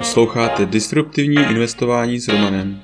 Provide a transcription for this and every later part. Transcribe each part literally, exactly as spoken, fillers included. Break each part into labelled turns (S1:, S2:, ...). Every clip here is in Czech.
S1: Posloucháte Disruptivní investování s Romanem.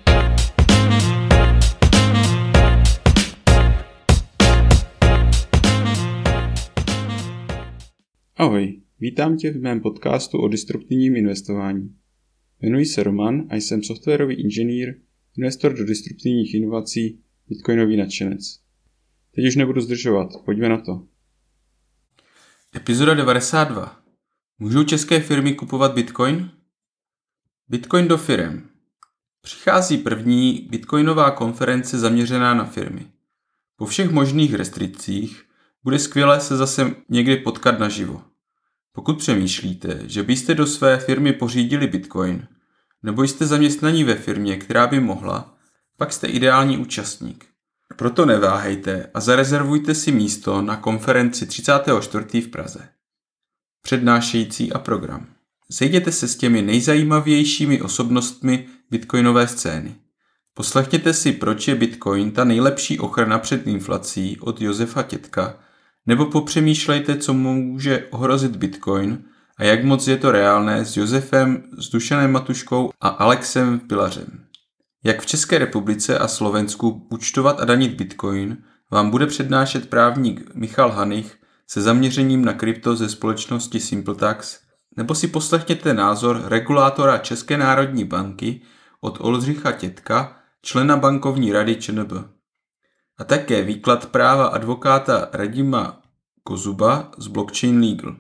S1: Ahoj, vítám tě v mém podcastu o disruptivním investování. Jmenuji se Roman a jsem softwarový inženýr, investor do disruptivních inovací, bitcoinový nadšenec. Teď už nebudu zdržovat, pojďme na to.
S2: Epizoda devadesát dva. Můžou české firmy kupovat bitcoin? Bitcoin do firem. Přichází první bitcoinová konference zaměřená na firmy. Po všech možných restrikcích bude skvělé se zase někdy potkat naživo. Pokud přemýšlíte, že byste do své firmy pořídili bitcoin, nebo jste zaměstnaní ve firmě, která by mohla, pak jste ideální účastník. Proto neváhejte a zarezervujte si místo na konferenci třicátého čtvrtého v Praze. Přednášející a program. Sejděte se s těmi nejzajímavějšími osobnostmi bitcoinové scény. Poslechněte si, proč je bitcoin ta nejlepší ochrana před inflací od Josefa Tětka, nebo popřemýšlejte, co může ohrozit bitcoin a jak moc je to reálné s Josefem, s Dušanem Matuškou a Alexem Pilařem. Jak v České republice a Slovensku účtovat a danit bitcoin, vám bude přednášet právník Michal Hanich se zaměřením na krypto ze společnosti SimpleTax, nebo si poslechněte názor regulátora České národní banky od Oldřicha Tětka, člena bankovní rady ČNB. A také výklad práva advokáta Radima Kozuba z Blockchain Legal.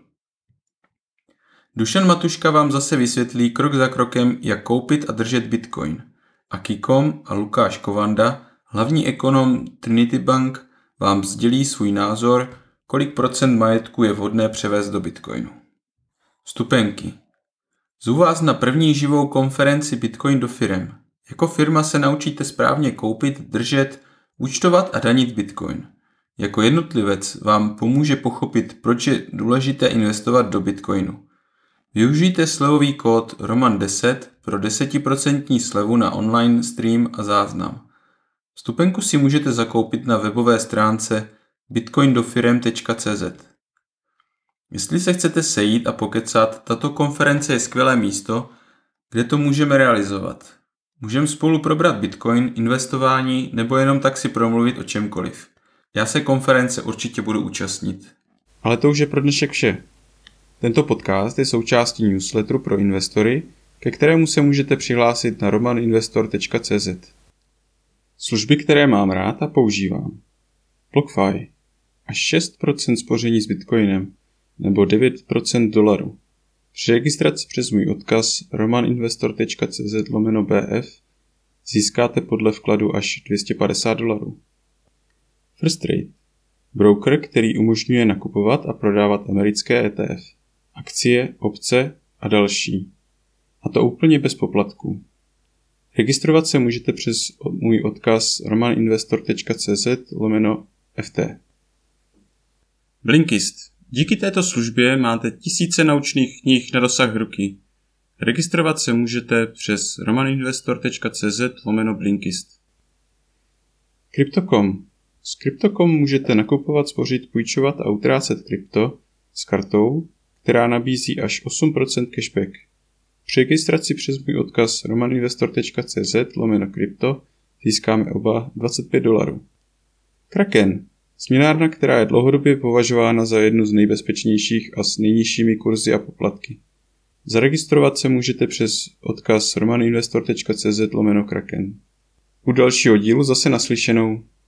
S2: Dušan Matuška vám zase vysvětlí krok za krokem, jak koupit a držet bitcoin. A Kikom a Lukáš Kovanda, hlavní ekonom Trinity Bank, vám sdělí svůj názor, kolik procent majetku je vhodné převést do bitcoinu. Vstupenky. Zvu vás na první živou konferenci Bitcoin do firem. Jako firma se naučíte správně koupit, držet, účtovat a danit bitcoin. Jako jednotlivec vám pomůže pochopit, proč je důležité investovat do bitcoinu. Využijte slevový kód Roman deset pro deset procent slevu na online stream a záznam. Vstupenku si můžete zakoupit na webové stránce bitcoin do firem tečka cé zet. Jestli se chcete sejít a pokecat, tato konference je skvělé místo, kde to můžeme realizovat. Můžeme spolu probrat bitcoin, investování nebo jenom tak si promluvit o čemkoliv. Já se konference určitě budu účastnit.
S1: Ale to už je pro dnešek vše. Tento podcast je součástí newsletteru pro investory, ke kterému se můžete přihlásit na roman investor tečka cé zet. Služby, které mám rád a používám. BlockFi. Až šest procent spoření s bitcoinem nebo devět procent dolarů. Při registraci přes můj odkaz roman investor tečka cé zet lomeno bé ef získáte podle vkladu až dvě stě padesát dolarů. First Trade. Broker, který umožňuje nakupovat a prodávat americké é té ef, akcie, opce a další. A to úplně bez poplatků. Registrovat se můžete přes můj odkaz roman investor tečka cé zet lomeno ef té. Blinkist. Díky této službě máte tisíce naučných knih na dosah ruky. Registrovat se můžete přes roman investor tečka cé zet lomeno Blinkist. Crypto tečka com. S Crypto tečka com můžete nakupovat, spořit, půjčovat a utrácet krypto s kartou, která nabízí až osm procent cashback. Při registraci přes můj odkaz roman investor tečka cé zet lomeno krypto získáme oba dvacet pět dolarů. Kraken. Směnárna, která je dlouhodobě považována za jednu z nejbezpečnějších a s nejnižšími kurzy a poplatky. Zaregistrovat se můžete přes odkaz roman investor tečka cé zet lomeno Kraken. U dalšího dílu zase naslyšenou.